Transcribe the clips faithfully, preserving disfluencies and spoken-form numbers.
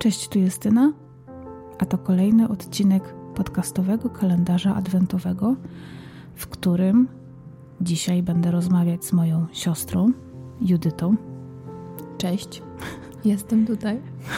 Cześć, tu Justyna, a to kolejny odcinek podcastowego kalendarza adwentowego, w którym dzisiaj będę rozmawiać z moją siostrą, Judytą. Cześć, jestem tutaj.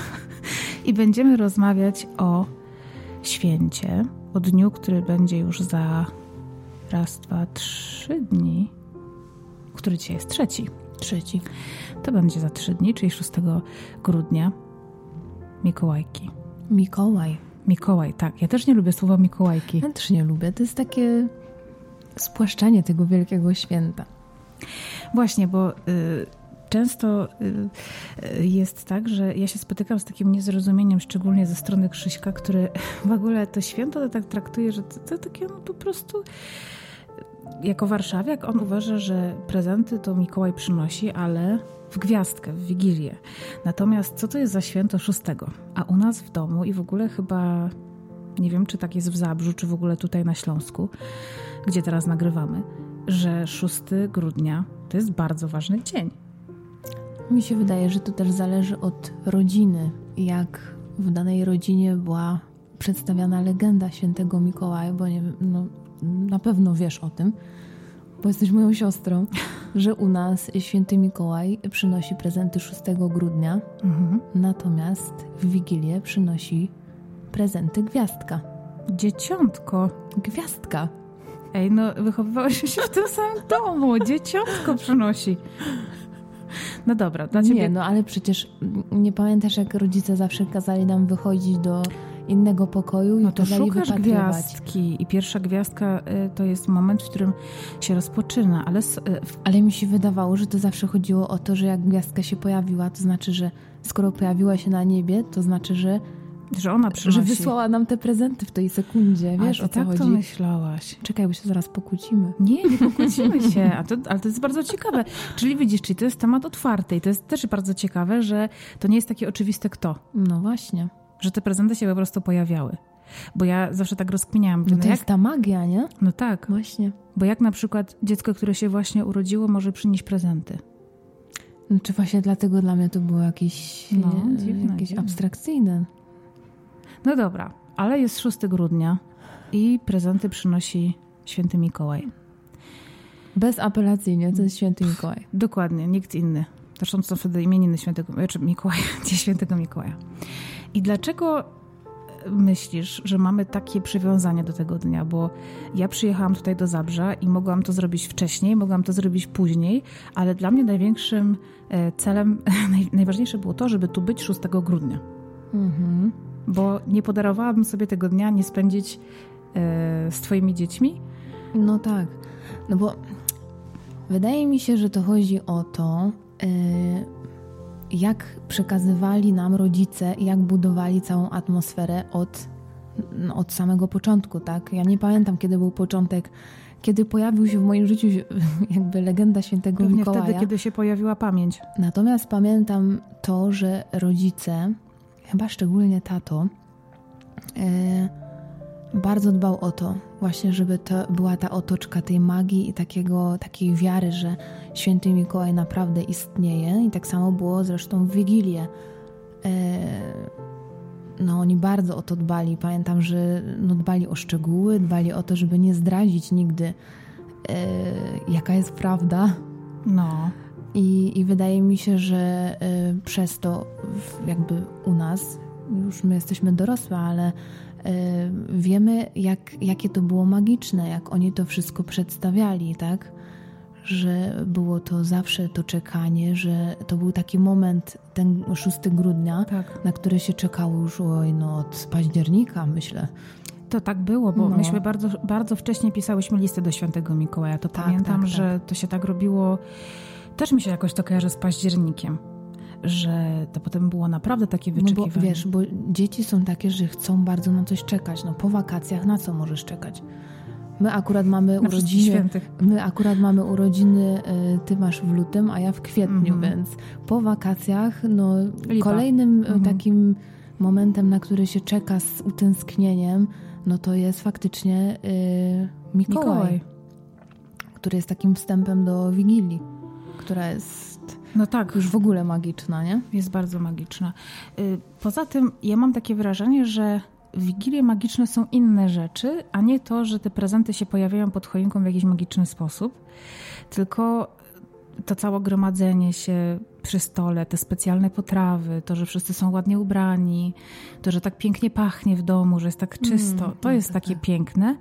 I będziemy rozmawiać o święcie, o dniu, który będzie już za raz, dwa, trzy dni. Który dzisiaj jest? Trzeci. Trzeci. To będzie za trzy dni, czyli szóstego grudnia. Mikołajki. Mikołaj. Mikołaj, tak. Ja też nie lubię słowa Mikołajki. Ja też nie lubię. To jest takie spłaszczanie tego wielkiego święta. Właśnie, bo y, często y, y, jest tak, że ja się spotykam z takim niezrozumieniem, szczególnie ze strony Krzyśka, który w ogóle to święto to tak traktuje, że to, to takie no, po prostu... Jako warszawiak on uważa, że prezenty to Mikołaj przynosi, ale w gwiazdkę, w Wigilię. Natomiast co to jest za święto szóstego? A u nas w domu i w ogóle chyba, nie wiem czy tak jest w Zabrzu, czy w ogóle tutaj na Śląsku, gdzie teraz nagrywamy, że szóstego grudnia to jest bardzo ważny dzień. Mi się wydaje, że to też zależy od rodziny. Jak w danej rodzinie była przedstawiana legenda świętego Mikołaja, bo nie wiem, no na pewno wiesz o tym, bo jesteś moją siostrą, że u nas święty Mikołaj przynosi prezenty szóstego grudnia, mhm. natomiast w Wigilię przynosi prezenty gwiazdka. Dzieciątko. Gwiazdka. Ej, no wychowywałyśmy się w tym samym domu. Dzieciątko przynosi. No dobra, dla ciebie... Nie, no ale przecież nie pamiętasz, jak rodzice zawsze kazali nam wychodzić do innego pokoju i no to kazali szukasz wypatrywać. Gwiazdki i pierwsza gwiazdka y, to jest moment, w którym się rozpoczyna, ale... Y, ale mi się wydawało, że to zawsze chodziło o to, że jak gwiazdka się pojawiła, to znaczy, że skoro pojawiła się na niebie, to znaczy, że że ona przynosi. Że wysłała nam te prezenty w tej sekundzie, wiesz, a o co tak chodzi? to myślałaś. Czekaj, bo się zaraz pokłócimy. Nie, nie pokłócimy się, a to, ale to jest bardzo ciekawe. Czyli widzisz, czyli to jest temat otwarty i to jest też bardzo ciekawe, że to nie jest takie oczywiste kto. No właśnie. Że te prezenty się po prostu pojawiały. Bo ja zawsze tak rozkminiałam. No to no jak... jest ta magia, nie? No tak. Właśnie. Bo jak na przykład dziecko, które się właśnie urodziło, może przynieść prezenty? No, czy właśnie dlatego dla mnie to było jakieś, no, e, dziwne, jakieś dziwne. abstrakcyjne. No dobra, ale jest szóstego grudnia i prezenty przynosi święty Mikołaj. Bezapelacyjnie, to jest święty Mikołaj. Dokładnie, nikt inny. Zresztą to są wtedy imieniny świętego, czy Mikołaja, nie świętego Mikołaja. I dlaczego myślisz, że mamy takie przywiązanie do tego dnia? Bo ja przyjechałam tutaj do Zabrza i mogłam to zrobić wcześniej, mogłam to zrobić później, ale dla mnie największym celem, najważniejsze było to, żeby tu być szóstego grudnia. Mhm. Bo nie podarowałabym sobie tego dnia nie spędzić e, z twoimi dziećmi? No tak, no bo wydaje mi się, że to chodzi o to, e, jak przekazywali nam rodzice i jak budowali całą atmosferę od, no, od samego początku, tak? Ja nie pamiętam, kiedy był początek, kiedy pojawił się w moim życiu jakby legenda świętego Pewnie Mikołaja. wtedy, kiedy się pojawiła pamięć. Natomiast pamiętam to, że rodzice, chyba szczególnie tato, e, bardzo dbał o to właśnie, żeby to była ta otoczka tej magii i takiego, takiej wiary, że święty Mikołaj naprawdę istnieje i tak samo było zresztą w Wigilię. E, no oni bardzo o to dbali. Pamiętam, że no, dbali o szczegóły, dbali o to, żeby nie zdradzić nigdy e, jaka jest prawda. No. I, I wydaje mi się, że y, przez to w, jakby u nas, już my jesteśmy dorosłe, ale y, wiemy, jak, jakie to było magiczne, jak oni to wszystko przedstawiali, tak? Że było to zawsze to czekanie, że to był taki moment, ten szóstego grudnia, tak. na który się czekało już oj, no, od października, myślę. To tak było, bo no. myśmy bardzo, bardzo wcześnie pisałyśmy listy do świętego Mikołaja. To tak, pamiętam, tak, że tak. to się tak robiło. Też mi się jakoś to kojarzy z październikiem, że to potem było naprawdę takie wyczekiwanie. No bo wiesz, bo dzieci są takie, że chcą bardzo na coś czekać. No po wakacjach na co możesz czekać? My akurat mamy na urodziny. My akurat mamy urodziny, ty masz w lutym, a ja w kwietniu, mm-hmm. więc po wakacjach, no Lipa. kolejnym mm-hmm. takim momentem, na który się czeka z utęsknieniem, no to jest faktycznie y, Mikołaj, Mikołaj, który jest takim wstępem do Wigilii, która jest No tak. Już w ogóle magiczna, nie? Jest bardzo magiczna. Poza tym ja mam takie wrażenie, że Wigilie magiczne są inne rzeczy, a nie to, że te prezenty się pojawiają pod choinką w jakiś magiczny sposób, tylko to całe gromadzenie się przy stole, te specjalne potrawy, to, że wszyscy są ładnie ubrani, to, że tak pięknie pachnie w domu, że jest tak czysto, to jest takie piękne.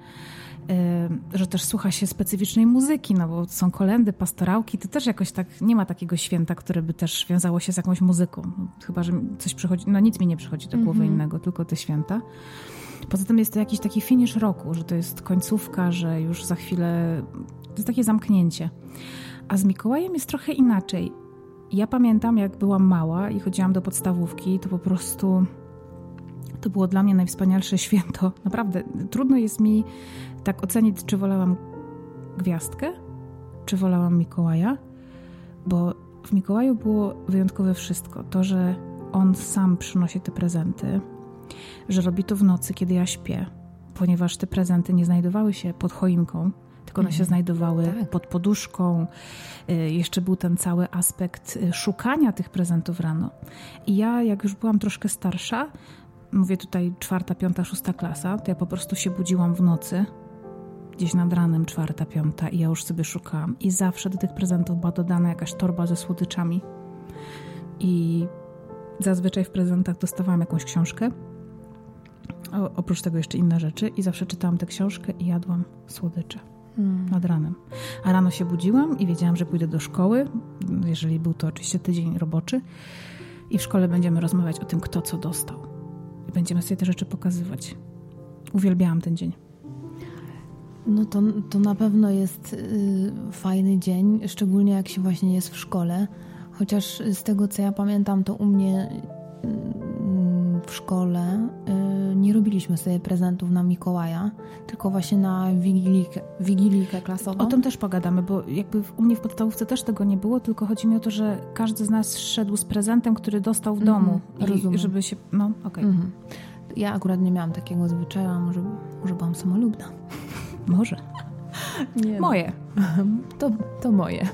Że też słucha się specyficznej muzyki, no bo są kolędy, pastorałki, to też jakoś tak, nie ma takiego święta, które by też wiązało się z jakąś muzyką. Chyba, że coś przychodzi, no nic mi nie przychodzi do głowy mm-hmm. innego, tylko te święta. Poza tym jest to jakiś taki finisz roku, że to jest końcówka, że już za chwilę, to jest takie zamknięcie. A z Mikołajem jest trochę inaczej. Ja pamiętam, jak byłam mała i chodziłam do podstawówki, to po prostu to było dla mnie najwspanialsze święto. Naprawdę, trudno jest mi tak ocenić, czy wolałam gwiazdkę, czy wolałam Mikołaja, bo w Mikołaju było wyjątkowe wszystko. To, że on sam przynosi te prezenty, że robi to w nocy, kiedy ja śpię, ponieważ te prezenty nie znajdowały się pod choinką, tylko one się znajdowały tak. pod poduszką. Jeszcze był ten cały aspekt szukania tych prezentów rano. I ja, jak już byłam troszkę starsza, mówię tutaj czwarta, piąta, szósta klasa, to ja po prostu się budziłam w nocy, gdzieś nad ranem, czwarta, piąta i ja już sobie szukałam. I zawsze do tych prezentów była dodana jakaś torba ze słodyczami. I zazwyczaj w prezentach dostawałam jakąś książkę. O, oprócz tego jeszcze inne rzeczy. I zawsze czytałam tę książkę i jadłam słodycze hmm. nad ranem. A rano się budziłam i wiedziałam, że pójdę do szkoły, jeżeli był to oczywiście tydzień roboczy. I w szkole będziemy rozmawiać o tym, kto co dostał. I będziemy sobie te rzeczy pokazywać. Uwielbiałam ten dzień. No to, to na pewno jest y, fajny dzień, szczególnie jak się właśnie jest w szkole. Chociaż z tego, co ja pamiętam, to u mnie y, w szkole y, nie robiliśmy sobie prezentów na Mikołaja, tylko właśnie na wigilijkę, wigilijkę klasową. O tym też pogadamy, bo jakby u mnie w podstawówce też tego nie było, tylko chodzi mi o to, że każdy z nas szedł z prezentem, który dostał w mm, domu. Rozumiem. I żeby się... No, okej. Okay. Mm. Ja akurat nie miałam takiego zwyczaju, a może, może byłam samolubna. Może. Nie, moje. To, to moje.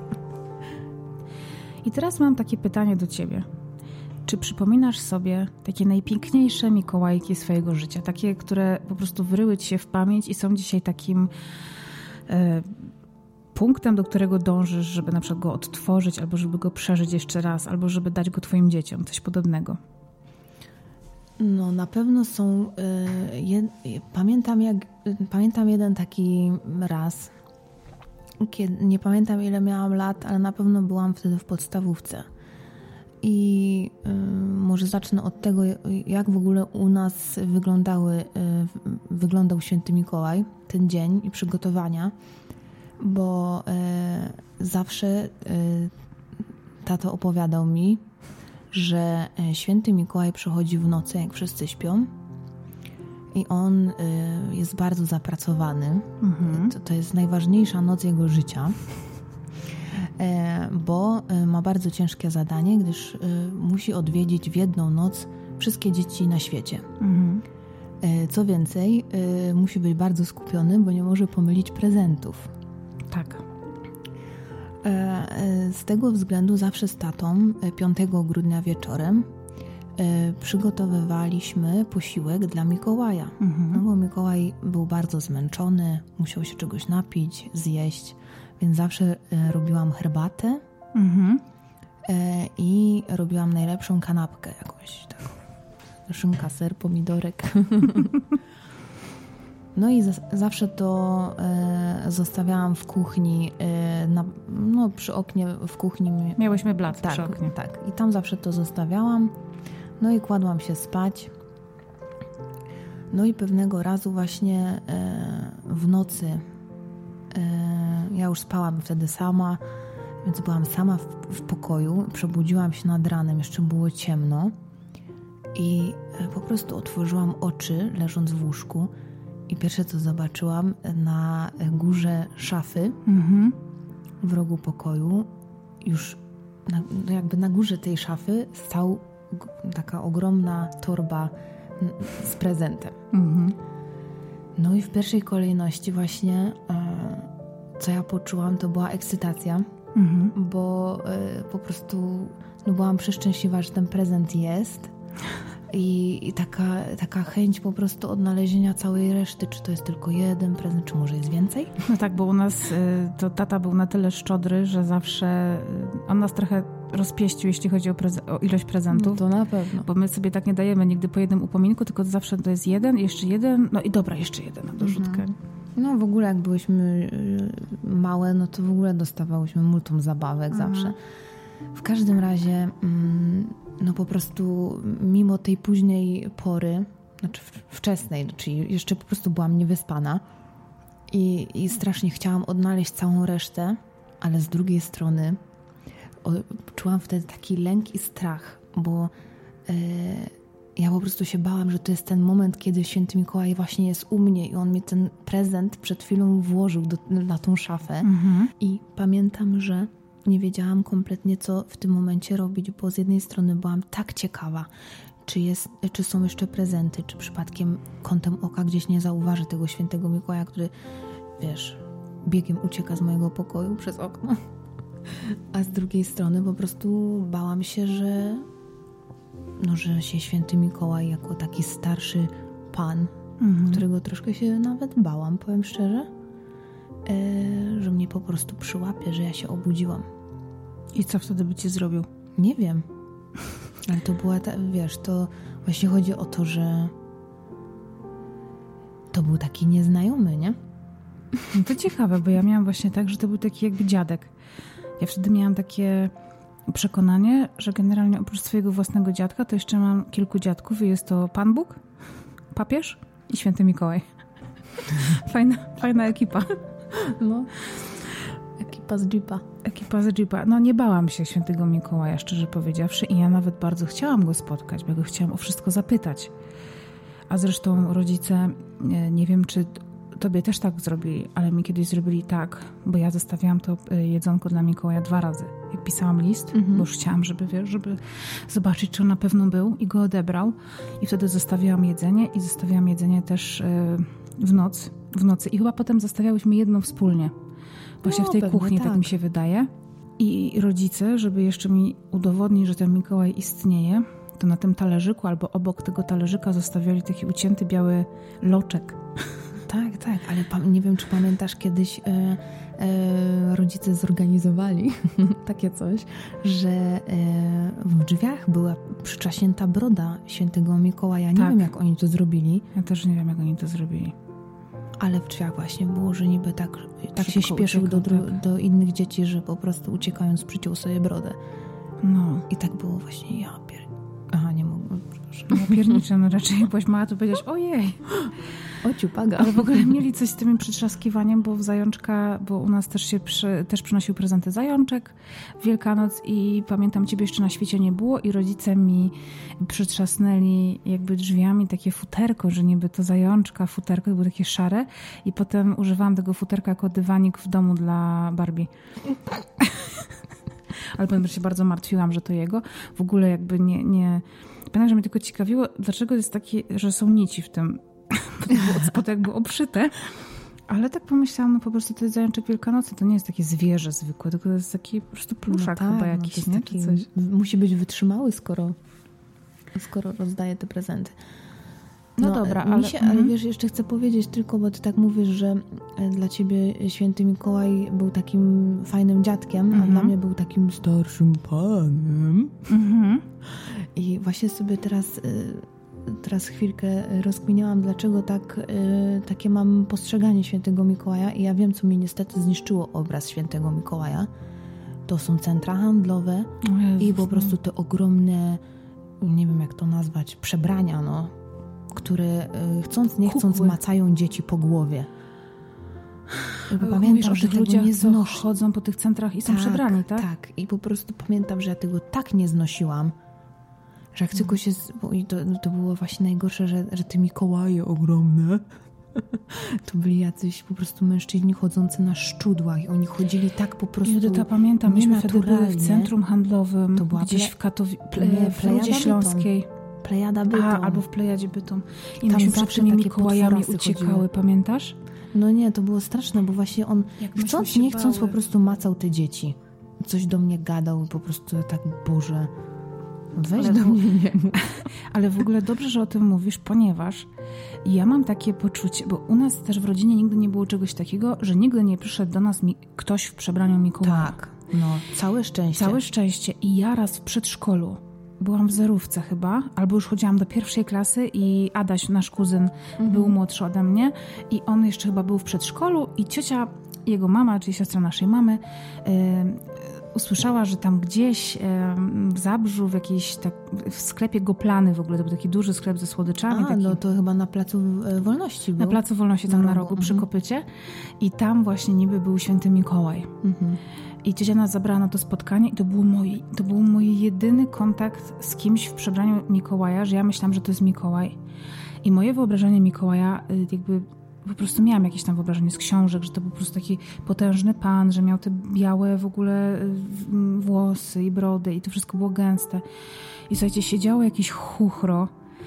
I teraz mam takie pytanie do ciebie. Czy przypominasz sobie takie najpiękniejsze Mikołajki swojego życia? Takie, które po prostu wryły ci się w pamięć i są dzisiaj takim e, punktem, do którego dążysz, żeby na przykład go odtworzyć, albo żeby go przeżyć jeszcze raz, albo żeby dać go twoim dzieciom, coś podobnego. No na pewno są, y, je, pamiętam jak, y, pamiętam jeden taki raz, kiedy, nie pamiętam ile miałam lat, ale na pewno byłam wtedy w podstawówce i y, może zacznę od tego, jak w ogóle u nas wyglądały, y, wyglądał Święty Mikołaj, ten dzień i przygotowania, bo y, zawsze y, tato opowiadał mi, że Święty Mikołaj przychodzi w nocy, jak wszyscy śpią i on y, jest bardzo zapracowany. Mhm. To, to jest najważniejsza noc jego życia, e, bo y, ma bardzo ciężkie zadanie, gdyż y, musi odwiedzić w jedną noc wszystkie dzieci na świecie. Mhm. E, co więcej, y, musi być bardzo skupiony, bo nie może pomylić prezentów. Tak. Z tego względu zawsze z tatą piątego grudnia wieczorem przygotowywaliśmy posiłek dla Mikołaja. Mhm. No bo Mikołaj był bardzo zmęczony, musiał się czegoś napić, zjeść, więc zawsze robiłam herbatę mhm. i robiłam najlepszą kanapkę jakąś taką. Szynka, ser, pomidorek. No i z- zawsze to e, zostawiałam w kuchni, e, na, no przy oknie w kuchni. Miałyśmy blat tak, przy oknie. Tak, i tam zawsze to zostawiałam. No i kładłam się spać. No i pewnego razu właśnie e, w nocy, e, ja już spałam wtedy sama, więc byłam sama w, w pokoju. Przebudziłam się nad ranem, jeszcze było ciemno i e, po prostu otworzyłam oczy, leżąc w łóżku. I pierwsze, co zobaczyłam, na górze szafy, mm-hmm. w rogu pokoju, już na, jakby na górze tej szafy stał taka ogromna torba z prezentem. Mm-hmm. No i w pierwszej kolejności właśnie, e, co ja poczułam, to była ekscytacja, mhm. bo y, po prostu no byłam przeszczęśliwa, że ten prezent jest i, i taka, taka chęć po prostu odnalezienia całej reszty, czy to jest tylko jeden prezent, czy może jest więcej? No tak, bo u nas y, to tata był na tyle szczodry, że zawsze y, on nas trochę rozpieścił, jeśli chodzi o, preze- o ilość prezentów. No to na pewno. Bo my sobie tak nie dajemy nigdy po jednym upominku, tylko zawsze to jest jeden, jeszcze jeden, no i dobra, jeszcze jeden na dorzutkę. Mhm. No w ogóle jak byłyśmy małe, no to w ogóle dostawałyśmy multum zabawek mhm. zawsze. W każdym razie, no po prostu mimo tej późnej pory, znaczy wczesnej, czyli jeszcze po prostu byłam niewyspana i, i strasznie chciałam odnaleźć całą resztę, ale z drugiej strony o, czułam wtedy taki lęk i strach, bo yy, ja po prostu się bałam, że to jest ten moment, kiedy Święty Mikołaj właśnie jest u mnie i on mi ten prezent przed chwilą włożył do, na tą szafę. Mhm. I pamiętam, że nie wiedziałam kompletnie, co w tym momencie robić, bo z jednej strony byłam tak ciekawa, czy, jest, czy są jeszcze prezenty, czy przypadkiem kątem oka gdzieś nie zauważy tego Świętego Mikołaja, który, wiesz, biegiem ucieka z mojego pokoju przez okno. A z drugiej strony po prostu bałam się, że no, że się Święty Mikołaj jako taki starszy pan, mhm. którego troszkę się nawet bałam, powiem szczerze, e, że mnie po prostu przyłapie, że ja się obudziłam. I co wtedy by ci zrobił? Nie wiem. Ale to była, ta, wiesz, to właśnie chodzi o to, że to był taki nieznajomy, nie? No to ciekawe, bo ja miałam właśnie tak, że to był taki jakby dziadek. Ja wtedy miałam takie przekonanie, że generalnie oprócz swojego własnego dziadka, to jeszcze mam kilku dziadków i jest to Pan Bóg, papież i Święty Mikołaj. Fajna, fajna ekipa. No. Ekipa z Jeepa. Ekipa z Jeepa. No nie bałam się Świętego Mikołaja, szczerze powiedziawszy, i ja nawet bardzo chciałam go spotkać, bo go chciałam o wszystko zapytać. A zresztą rodzice, nie, nie wiem, czy tobie też tak zrobili, ale mi kiedyś zrobili tak, bo ja zostawiałam to jedzonko dla Mikołaja dwa razy. Jak pisałam list, mhm. bo już chciałam, żeby, wiesz, żeby zobaczyć, czy on na pewno był, i go odebrał. I wtedy zostawiałam jedzenie i zostawiałam jedzenie też w noc, w nocy. I chyba potem zostawiałyśmy jedno wspólnie. Właśnie no, w tej pewnie, kuchni, tak. tak mi się wydaje. I rodzice, żeby jeszcze mi udowodnić, że ten Mikołaj istnieje, to na tym talerzyku albo obok tego talerzyka zostawiali taki ucięty biały loczek. Tak, tak, ale nie wiem, czy pamiętasz, kiedyś e, e, rodzice zorganizowali takie coś, że e, w drzwiach była przyczaśnięta broda Świętego Mikołaja. Nie tak. wiem, jak oni to zrobili. Ja też nie wiem, jak oni to zrobili. Ale w drzwiach właśnie było, że niby tak, tak się śpieszył uciekał, do, tak. do innych dzieci, że po prostu uciekając przyciął sobie brodę. No. I tak było właśnie, ja pier... Aha, nie mogłam, przepraszam. Ja pierniczę, no raczej jak byłaś mała, to powiedzieć, ojej. Ociu, paga. Ale w ogóle mieli coś z tym przytrzaskiwaniem, bo w Zajączka, bo u nas też się przy, też przynosił prezenty Zajączek w Wielkanoc i pamiętam, ciebie jeszcze na świecie nie było i rodzice mi przytrzasnęli jakby drzwiami takie futerko, że niby to Zajączka, futerko, było takie szare, i potem używałam tego futerka jako dywanik w domu dla Barbie. Ale potem się bardzo martwiłam, że to jego. W ogóle jakby nie... nie... Pamiętam, że mnie tylko ciekawiło, dlaczego jest takie, że są nici w tym. Bo to było od spodu jakby obszyte. Ale tak pomyślałam, no po prostu to jest Zajączek Wielkanocy, to nie jest takie zwierzę zwykłe, tylko to jest taki po prostu pluszak no tak, chyba jakiś, no nie? Taki, coś. Musi być wytrzymały, skoro, skoro rozdaje te prezenty. No, no dobra, ale... Się, ale wiesz, jeszcze chcę powiedzieć tylko, bo ty tak mówisz, że dla ciebie Święty Mikołaj był takim fajnym dziadkiem, mm-hmm. a dla mnie był takim starszym panem. Mm-hmm. I właśnie sobie teraz... Teraz chwilkę rozkminiałam, dlaczego tak, y, takie mam postrzeganie Świętego Mikołaja, i ja wiem, co mi niestety zniszczyło obraz Świętego Mikołaja. To są centra handlowe Jezus, i po prostu te ogromne, nie wiem jak to nazwać, przebrania, no, które y, chcąc nie chcąc Kukły. macają dzieci po głowie. Bo pamiętam, że ludzie nie znoszę. chodzą po tych centrach i są tak, przebrani, tak? Tak, i po prostu pamiętam, że ja tego tak nie znosiłam, że jak tylko się... I to, to było właśnie najgorsze, że, że te Mikołaje ogromne to byli jacyś po prostu mężczyźni chodzący na szczudłach i oni chodzili tak po prostu Judyta, pamiętam, myśmy wtedy były w centrum handlowym, to była gdzieś ple... w Katowi... Ple... w Rudzie Śląskiej. Plejada Bytom. A, albo w Plejadzie Bytom. I tam myśmy przed tymi Mikołajami uciekały, chodziły. Pamiętasz? No nie, to było straszne, bo właśnie on jak chcąc, nie chcąc bały. po prostu macał te dzieci. coś do mnie gadał i po prostu tak, Boże, weź ale do w... mnie nie mów. Ale w ogóle dobrze, że o tym mówisz, ponieważ ja mam takie poczucie, bo u nas też w rodzinie nigdy nie było czegoś takiego, że nigdy nie przyszedł do nas mi... ktoś w przebraniu Mikołaja. Tak, no, całe szczęście. Całe szczęście. I ja raz w przedszkolu byłam w zerówce chyba, albo już chodziłam do pierwszej klasy i Adaś, nasz kuzyn, mhm. był młodszy ode mnie i on jeszcze chyba był w przedszkolu i ciocia, jego mama, czyli siostra naszej mamy, yy, usłyszała, że tam gdzieś w Zabrzu, w jakiejś tak, w sklepie Goplany w ogóle, to był taki duży sklep ze słodyczami. A, taki, no to chyba na Placu Wolności był. Na Placu Wolności, tam na rogu, na rogu przy mhm. kopycie. I tam właśnie niby był święty Mikołaj. Mhm. I ciocia nas zabrała na to spotkanie i to był, mój, to był mój jedyny kontakt z kimś w przebraniu Mikołaja, że ja myślałam, że to jest Mikołaj. I moje wyobrażenie Mikołaja jakby po prostu miałam jakieś tam wyobrażenie z książek, że to był po prostu taki potężny pan, że miał te białe w ogóle włosy i brody i to wszystko było gęste. I słuchajcie, siedziało jakieś chuchro.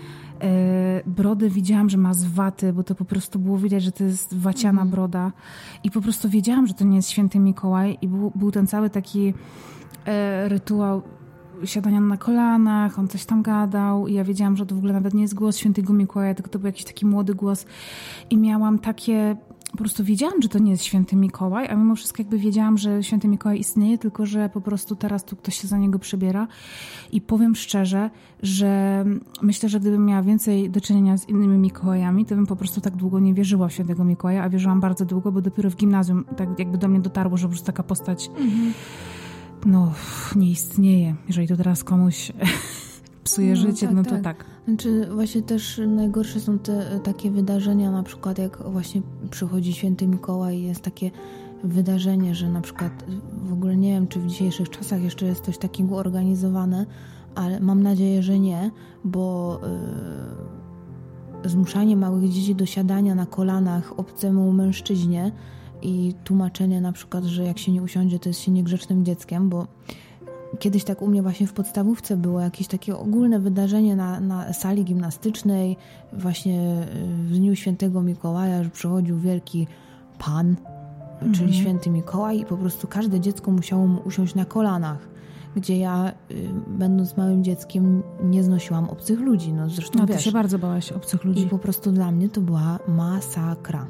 Brody widziałam, że ma z waty, bo to po prostu było widać, że to jest waciana mm. broda. I po prostu wiedziałam, że to nie jest święty Mikołaj i był, był ten cały taki e, rytuał siadania na kolanach, on coś tam gadał i ja wiedziałam, że to w ogóle nawet nie jest głos świętego Mikołaja, tylko to był jakiś taki młody głos i miałam takie, po prostu wiedziałam, że to nie jest święty Mikołaj, a mimo wszystko jakby wiedziałam, że święty Mikołaj istnieje, tylko że po prostu teraz tu ktoś się za niego przybiera i powiem szczerze, że myślę, że gdybym miała więcej do czynienia z innymi Mikołajami, to bym po prostu tak długo nie wierzyła w świętego Mikołaja, a wierzyłam bardzo długo, bo dopiero w gimnazjum tak jakby do mnie dotarło, że po prostu taka postać mhm. no, nie istnieje. Jeżeli to teraz komuś psuje no, życie, tak, no to tak. tak. Znaczy właśnie też najgorsze są te takie wydarzenia, na przykład jak właśnie przychodzi święty Mikołaj i jest takie wydarzenie, że na przykład w ogóle nie wiem, czy w dzisiejszych czasach jeszcze jest coś takiego organizowane, ale mam nadzieję, że nie, bo yy, zmuszanie małych dzieci do siadania na kolanach obcemu mężczyźnie i tłumaczenie na przykład, że jak się nie usiądzie, to jest się niegrzecznym dzieckiem, bo kiedyś tak u mnie właśnie w podstawówce było jakieś takie ogólne wydarzenie na, na sali gimnastycznej, właśnie w dniu świętego Mikołaja, że przychodził wielki pan, mhm. czyli święty Mikołaj i po prostu każde dziecko musiało mu usiąść na kolanach, gdzie ja, y, będąc małym dzieckiem, nie znosiłam obcych ludzi. No zresztą no, wiesz. Ty się bardzo bałaś obcych ludzi. I po prostu dla mnie to była masakra.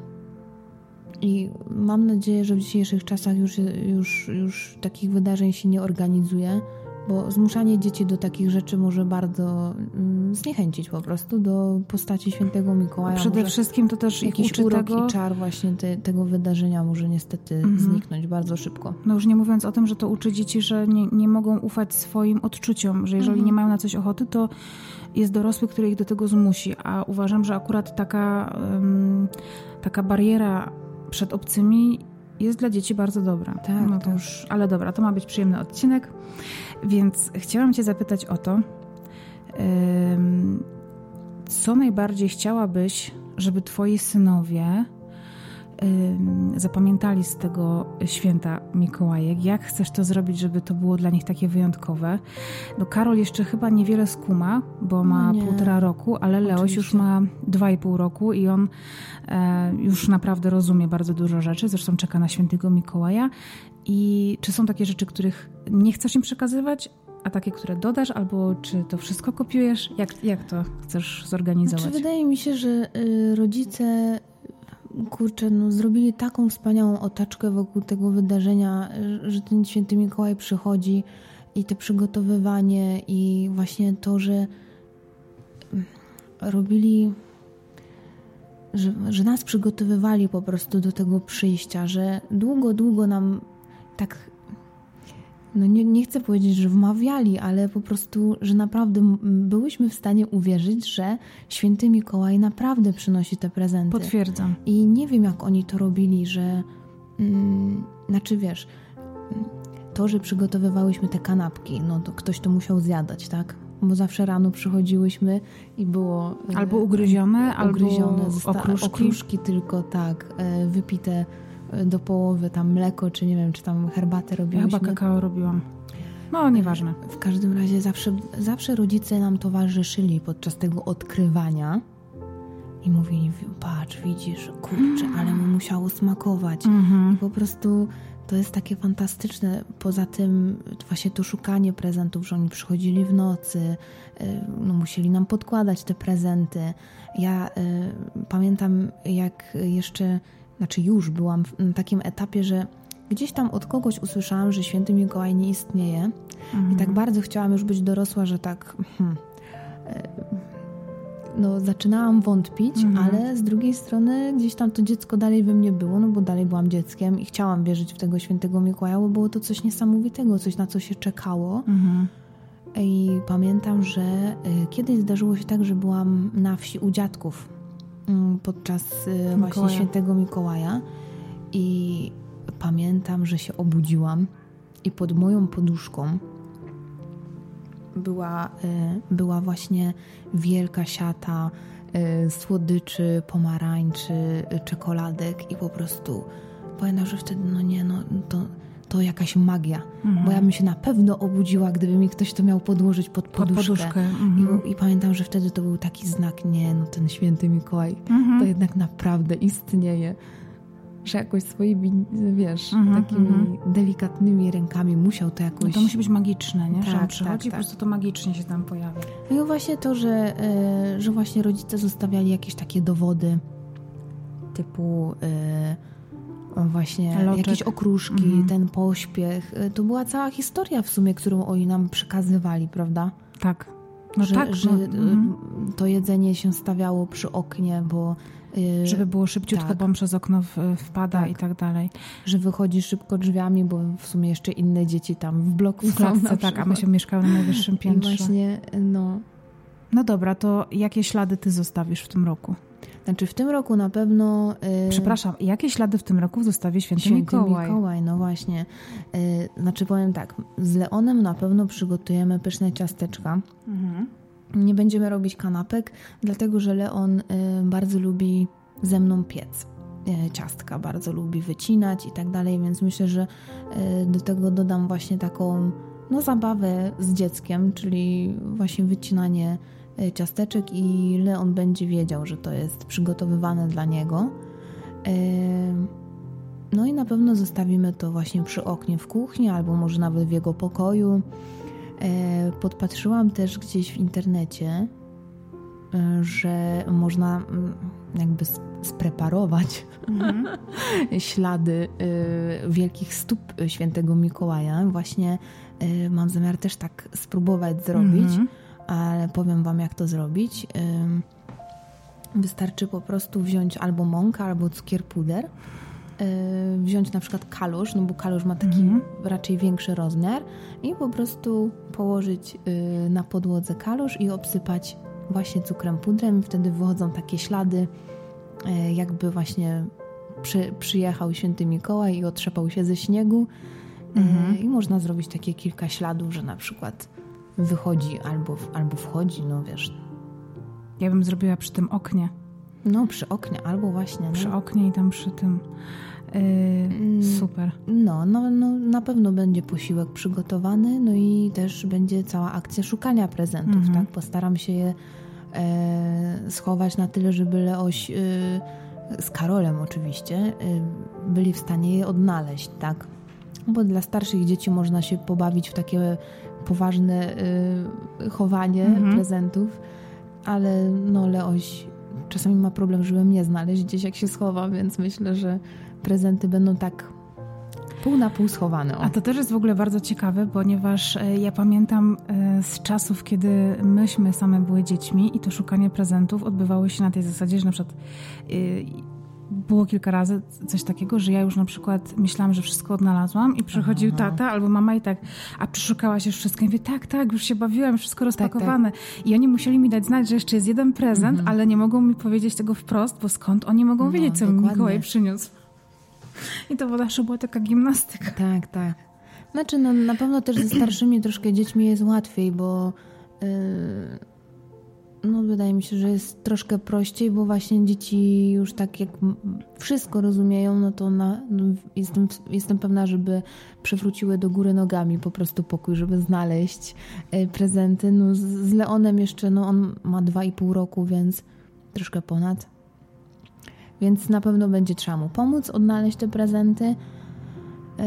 I mam nadzieję, że w dzisiejszych czasach już, już, już takich wydarzeń się nie organizuje, bo zmuszanie dzieci do takich rzeczy może bardzo mm, zniechęcić po prostu do postaci świętego Mikołaja. Przede może wszystkim to też jakiś uczy urok tego... i czar właśnie te, tego wydarzenia może niestety mhm. zniknąć bardzo szybko. No już nie mówiąc o tym, że to uczy dzieci, że nie, nie mogą ufać swoim odczuciom, że jeżeli mhm. nie mają na coś ochoty, to jest dorosły, który ich do tego zmusi, a uważam, że akurat taka, um, taka bariera przed obcymi jest dla dzieci bardzo dobra. Tak, no to tak. już, ale dobra, to ma być przyjemny odcinek, więc chciałam Cię zapytać o to, co najbardziej chciałabyś, żeby Twoi synowie zapamiętali z tego święta Mikołajek? Jak chcesz to zrobić, żeby to było dla nich takie wyjątkowe? No Karol jeszcze chyba niewiele skuma, bo ma no półtora roku, ale Leoś Oczywiście. już ma dwa i pół roku i on e, już naprawdę rozumie bardzo dużo rzeczy, zresztą czeka na świętego Mikołaja. I czy są takie rzeczy, których nie chcesz im przekazywać, a takie, które dodasz, albo czy to wszystko kopiujesz? Jak, jak to chcesz zorganizować? Znaczy, wydaje mi się, że y, rodzice kurczę, no zrobili taką wspaniałą otoczkę wokół tego wydarzenia, że ten święty Mikołaj przychodzi i to przygotowywanie i właśnie to, że robili, że, że nas przygotowywali po prostu do tego przyjścia, że długo, długo nam tak, no nie, nie chcę powiedzieć, że wmawiali, ale po prostu, że naprawdę byłyśmy w stanie uwierzyć, że święty Mikołaj naprawdę przynosi te prezenty. Potwierdzam. I nie wiem, jak oni to robili, że mm, znaczy wiesz, to, że przygotowywałyśmy te kanapki, no to ktoś to musiał zjadać, tak? Bo zawsze rano przychodziłyśmy i było albo ugryzione, ugryzione albo zosta- okruszki. okruszki tylko, tak, wypite do połowy tam mleko, czy nie wiem, czy tam herbatę robiłyśmy. Ja chyba kakao robiłam. No, nieważne. W każdym razie zawsze, zawsze rodzice nam towarzyszyli podczas tego odkrywania i mówili, patrz, widzisz, kurczę, ale mu musiało smakować. Mhm. I po prostu to jest takie fantastyczne. Poza tym właśnie to szukanie prezentów, że oni przychodzili w nocy, no, musieli nam podkładać te prezenty. Ja y, pamiętam, jak jeszcze, znaczy już byłam na takim etapie, że gdzieś tam od kogoś usłyszałam, że Święty Mikołaj nie istnieje. Mhm. I tak bardzo chciałam już być dorosła, że tak... Hmm, no, zaczynałam wątpić, mhm. ale z drugiej strony gdzieś tam to dziecko dalej we mnie było, no bo dalej byłam dzieckiem i chciałam wierzyć w tego Świętego Mikołaja, bo było to coś niesamowitego, coś, na co się czekało. Mhm. I pamiętam, że y, kiedyś zdarzyło się tak, że byłam na wsi u dziadków y, podczas y, właśnie Świętego Mikołaja i pamiętam, że się obudziłam i pod moją poduszką była, była właśnie wielka siata słodyczy, pomarańczy, czekoladek i po prostu pamiętam, że wtedy no nie, no to, to jakaś magia, mhm. bo ja bym się na pewno obudziła, gdyby mi ktoś to miał podłożyć pod poduszkę. Pod poduszkę. Mhm. I, I pamiętam, że wtedy to był taki znak, nie, no ten Święty Mikołaj mhm. to jednak naprawdę istnieje. Że jakoś swoimi, wiesz, mm-hmm, takimi mm-hmm. delikatnymi rękami musiał to jakoś... No to musi być magiczne, nie? Tak, że on przychodzi tak, i po prostu to magicznie się tam pojawia. No i właśnie to, że, y, że właśnie rodzice zostawiali jakieś takie dowody typu y, właśnie Loczek. Jakieś okruszki, mm-hmm. ten pośpiech. Y, to była cała historia w sumie, którą oni nam przekazywali, prawda? Tak. No że, tak. Że no, y, mm. to jedzenie się stawiało przy oknie, bo żeby było szybciutko, tak. bo on przez okno wpada tak. i tak dalej. Że wychodzi szybko drzwiami, bo w sumie jeszcze inne dzieci tam w bloku w klatce, są. Tak, a my się mieszkamy na najwyższym piętrze. I właśnie, no... No dobra, to jakie ślady ty zostawisz w tym roku? Znaczy w tym roku na pewno... Yy... Przepraszam, jakie ślady w tym roku zostawi Święty, Święty Mikołaj? Mikołaj, no właśnie. Yy, znaczy powiem tak, z Leonem na pewno przygotujemy pyszne ciasteczka. Mhm. Nie będziemy robić kanapek, dlatego że Leon y, bardzo lubi ze mną piec y, ciastka, bardzo lubi wycinać i tak dalej, więc myślę, że y, do tego dodam właśnie taką no, zabawę z dzieckiem, czyli właśnie wycinanie y, ciasteczek i Leon będzie wiedział, że to jest przygotowywane dla niego. Y, no i na pewno zostawimy to właśnie przy oknie w kuchni albo może nawet w jego pokoju. Podpatrzyłam też gdzieś w internecie, że można jakby spreparować mm-hmm. ślady wielkich stóp Świętego Mikołaja. Właśnie mam zamiar też tak spróbować zrobić, mm-hmm. ale powiem wam, jak to zrobić. Wystarczy po prostu wziąć albo mąkę, albo cukier puder, wziąć na przykład kalusz, no bo kalusz ma taki mm-hmm. raczej większy rozmiar i po prostu położyć na podłodze kalusz i obsypać właśnie cukrem pudrem. Wtedy wychodzą takie ślady, jakby właśnie przy, przyjechał Święty Mikołaj i otrzepał się ze śniegu mm-hmm. i można zrobić takie kilka śladów, że na przykład wychodzi albo, albo wchodzi, no wiesz. Ja bym zrobiła przy tym oknie. No, przy oknie, albo właśnie. Przy no. oknie i tam przy tym. Yy, super. No, no, no, na pewno będzie posiłek przygotowany, no i też będzie cała akcja szukania prezentów, mm-hmm. tak? Postaram się je e, schować na tyle, żeby Leoś e, z Karolem oczywiście e, byli w stanie je odnaleźć, tak? Bo dla starszych dzieci można się pobawić w takie poważne e, chowanie mm-hmm. prezentów, ale no Leoś czasami ma problem, żeby mnie znaleźć gdzieś, jak się schowa, więc myślę, że prezenty będą tak pół na pół schowane. O. A to też jest w ogóle bardzo ciekawe, ponieważ ja pamiętam z czasów, kiedy myśmy same były dziećmi i to szukanie prezentów odbywało się na tej zasadzie, że na przykład było kilka razy coś takiego, że ja już na przykład myślałam, że wszystko odnalazłam i przychodził Aha. tata albo mama i tak, a przeszukałaś już wszystko? I mówię, tak, tak, już się bawiłam, wszystko rozpakowane. Tak, tak. I oni musieli mi dać znać, że jeszcze jest jeden prezent, mhm. ale nie mogą mi powiedzieć tego wprost, bo skąd oni mogą no, wiedzieć, co mi Mikołaj przyniósł. I to zawsze była taka gimnastyka. Tak, tak. Znaczy, no na pewno też ze starszymi troszkę dziećmi jest łatwiej, bo yy, no wydaje mi się, że jest troszkę prościej, bo właśnie dzieci już tak jak wszystko rozumieją, no to na, no jestem, jestem pewna, żeby przewróciły do góry nogami po prostu pokój, żeby znaleźć yy, prezenty. No z, z Leonem jeszcze, no on ma dwa i pół roku, więc troszkę ponad. Więc na pewno będzie trzeba mu pomóc odnaleźć te prezenty. Yy...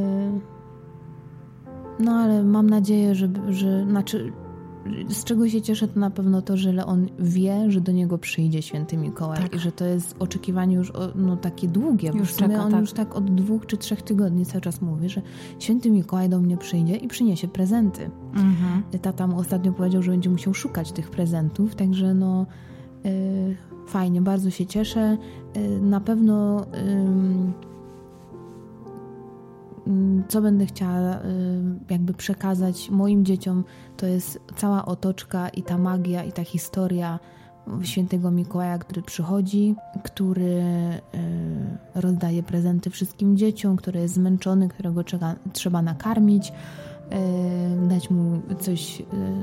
No ale mam nadzieję, że, że znaczy, z czego się cieszę, to na pewno to, że on wie, że do niego przyjdzie Święty Mikołaj tak. i że to jest oczekiwanie już no, takie długie. Już w sumie czeka, on tak. już tak od dwóch czy trzech tygodni cały czas mówi, że Święty Mikołaj do mnie przyjdzie i przyniesie prezenty. Mhm. Tata mu ostatnio powiedział, że będzie musiał szukać tych prezentów, także no yy, fajnie, bardzo się cieszę. Yy, na pewno yy, co będę chciała jakby przekazać moim dzieciom, to jest cała otoczka i ta magia i ta historia Świętego Mikołaja, który przychodzi, który rozdaje prezenty wszystkim dzieciom, który jest zmęczony, którego trzeba, trzeba nakarmić, dać mu coś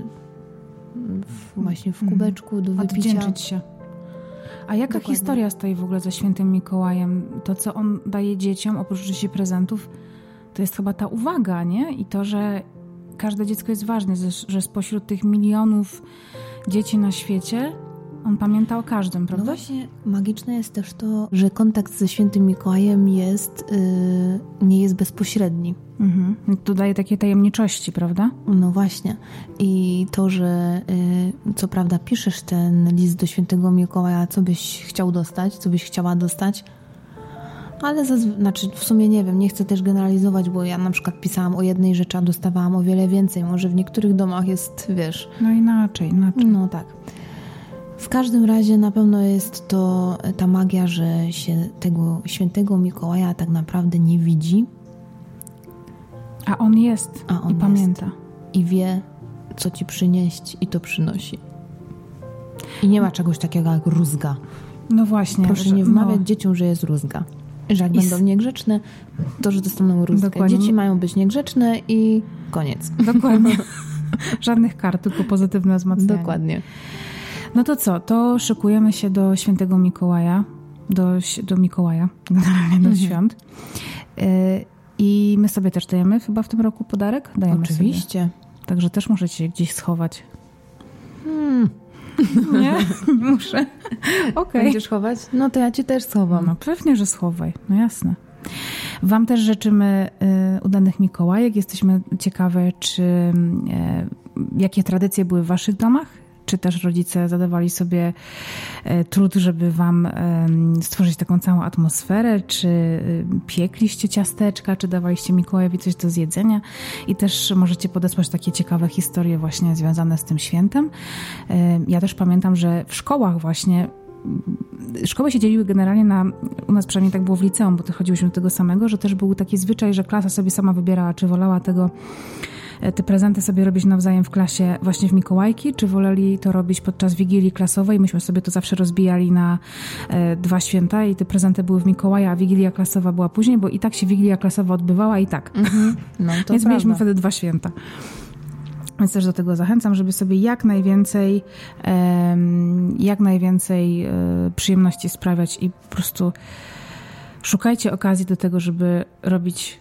właśnie w kubeczku do wypicia. Odwdzięczyć się. A jaka Dokładnie. historia stoi w ogóle za Świętym Mikołajem? To, co on daje dzieciom, oprócz oczywiście prezentów, to jest chyba ta uwaga, nie? I to, że każde dziecko jest ważne, że spośród tych milionów dzieci na świecie on pamięta o każdym, prawda? No właśnie, magiczne jest też to, że kontakt ze Świętym Mikołajem jest, yy, nie jest bezpośredni. Mhm. To daje takiej tajemniczości, prawda? No właśnie. I to, że yy, co prawda piszesz ten list do Świętego Mikołaja, co byś chciał dostać, co byś chciała dostać, ale zazwy- znaczy w sumie nie wiem, nie chcę też generalizować, bo ja na przykład pisałam o jednej rzeczy, a dostawałam o wiele więcej. Może w niektórych domach jest, wiesz... No inaczej, inaczej. No tak. W każdym razie na pewno jest to ta magia, że się tego Świętego Mikołaja tak naprawdę nie widzi. A on jest a on i pamięta. Jest. I wie, co ci przynieść i to przynosi. I nie ma czegoś takiego jak rózga. No właśnie. Proszę że, nie wmawiać no. dzieciom, że jest rózga. Że jak I będą niegrzeczne, to że dostaną rózgę. Dokładnie. Dzieci mają być niegrzeczne i koniec. Dokładnie. Żadnych kart, tylko pozytywne wzmacnianie. Dokładnie. No to co? To szykujemy się do Świętego Mikołaja. Do, do Mikołaja. Generalnie do mhm. świąt. Y- I my sobie też dajemy chyba w tym roku podarek? Dajemy Oczywiście. Sobie. Także też możecie się gdzieś schować. Hmm. Nie? Muszę. Okay. Będziesz chować? No to ja cię też schowam. No pewnie, że schowaj. No jasne. Wam też życzymy y, udanych Mikołajek. Jesteśmy ciekawe, czy y, jakie tradycje były w waszych domach? Czy też rodzice zadawali sobie y, trud, żeby wam y, stworzyć taką całą atmosferę? Czy y, piekliście ciasteczka? Czy dawaliście Mikołajowi coś do zjedzenia? I też możecie podesłać takie ciekawe historie właśnie związane z tym świętem. Y, ja też pamiętam, że w szkołach właśnie szkoły się dzieliły generalnie na, u nas przynajmniej tak było w liceum, bo to chodziłyśmy do tego samego, że też był taki zwyczaj, że klasa sobie sama wybierała, czy wolała tego, te prezenty sobie robić nawzajem w klasie właśnie w Mikołajki, czy woleli to robić podczas Wigilii klasowej. Myśmy sobie to zawsze rozbijali na e, dwa święta i te prezenty były w Mikołaja, a Wigilia klasowa była później, bo i tak się Wigilia klasowa odbywała i tak. Mhm. No, to Więc prawda. mieliśmy wtedy dwa święta. Więc też do tego zachęcam, żeby sobie jak najwięcej jak najwięcej przyjemności sprawiać i po prostu szukajcie okazji do tego, żeby robić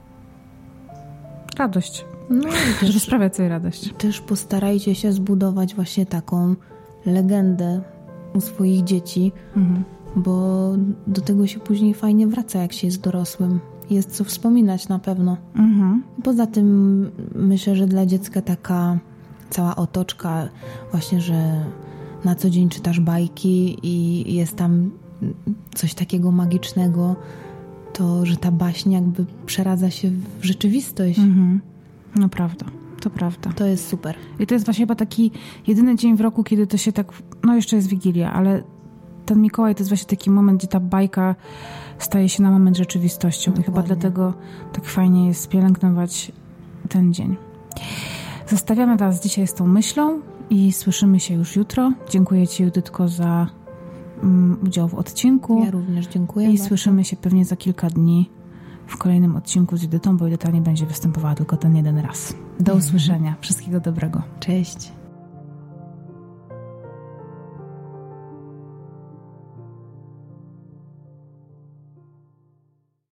radość. No i żeby sprawiać sobie radość. Też postarajcie się zbudować właśnie taką legendę u swoich dzieci, mhm. bo do tego się później fajnie wraca, jak się jest dorosłym. Jest co wspominać na pewno. Mhm. Poza tym myślę, że dla dziecka taka cała otoczka właśnie, że na co dzień czytasz bajki i jest tam coś takiego magicznego, to że ta baśń jakby przeradza się w rzeczywistość. Mhm. No prawda, to prawda. To jest super. I to jest właśnie chyba taki jedyny dzień w roku, kiedy to się tak, no jeszcze jest Wigilia, ale ten Mikołaj to jest właśnie taki moment, gdzie ta bajka staje się na moment rzeczywistością. Dokładnie. I chyba dlatego tak fajnie jest pielęgnować ten dzień. Zostawiamy was dzisiaj z tą myślą i słyszymy się już jutro. Dziękuję ci, Judytko, za um, udział w odcinku. Ja również dziękuję. I bardzo. Słyszymy się pewnie za kilka dni w kolejnym odcinku z Judytą, bo Judyta nie będzie występowała tylko ten jeden raz. Do usłyszenia. Wszystkiego dobrego. Cześć.